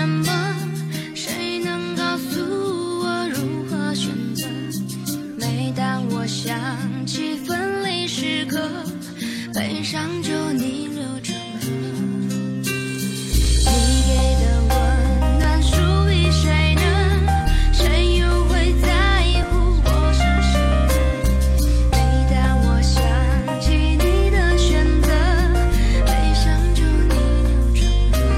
么？谁能告诉我如何选择？每当我想起分离时刻，悲伤就逆流成河。你给的温暖属于谁呢？谁又会在乎我是谁呢？每当我想起你的选择，悲伤就逆流成河。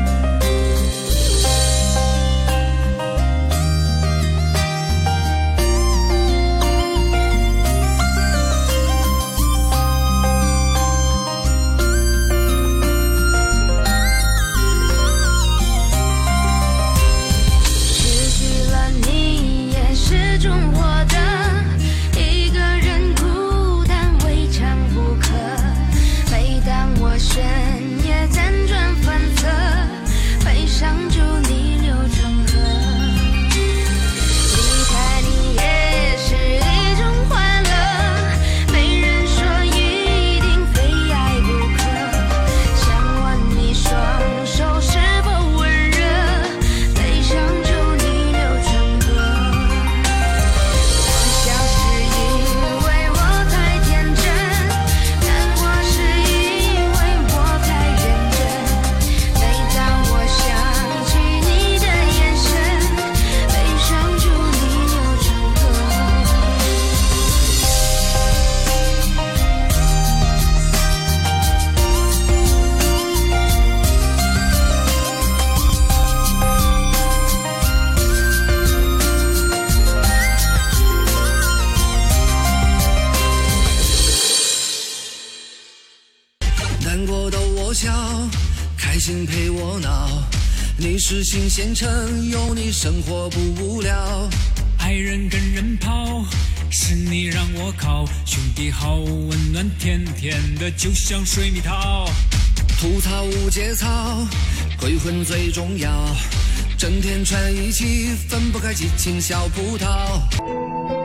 失去了你也始终活着，一个人孤单未尝不可。每当我深夜辗转反侧，悲伤就逆流成河。离开你也是一种欢乐，没人说一定非爱不可。想问你双手是否温热，悲伤就逆流成河。我想是因为我太天真，难过是因为我太认真。每当我想起你的眼神，悲伤就逆流成河。 难过逗我笑，开心陪我闹。你是新鲜城，有你生活不无聊。 爱人跟人跑，是你让我靠。兄弟好温暖，甜甜的就像水蜜桃。 吐槽无节操，鬼魂最重要。整天串一起，分不开激情小葡萄。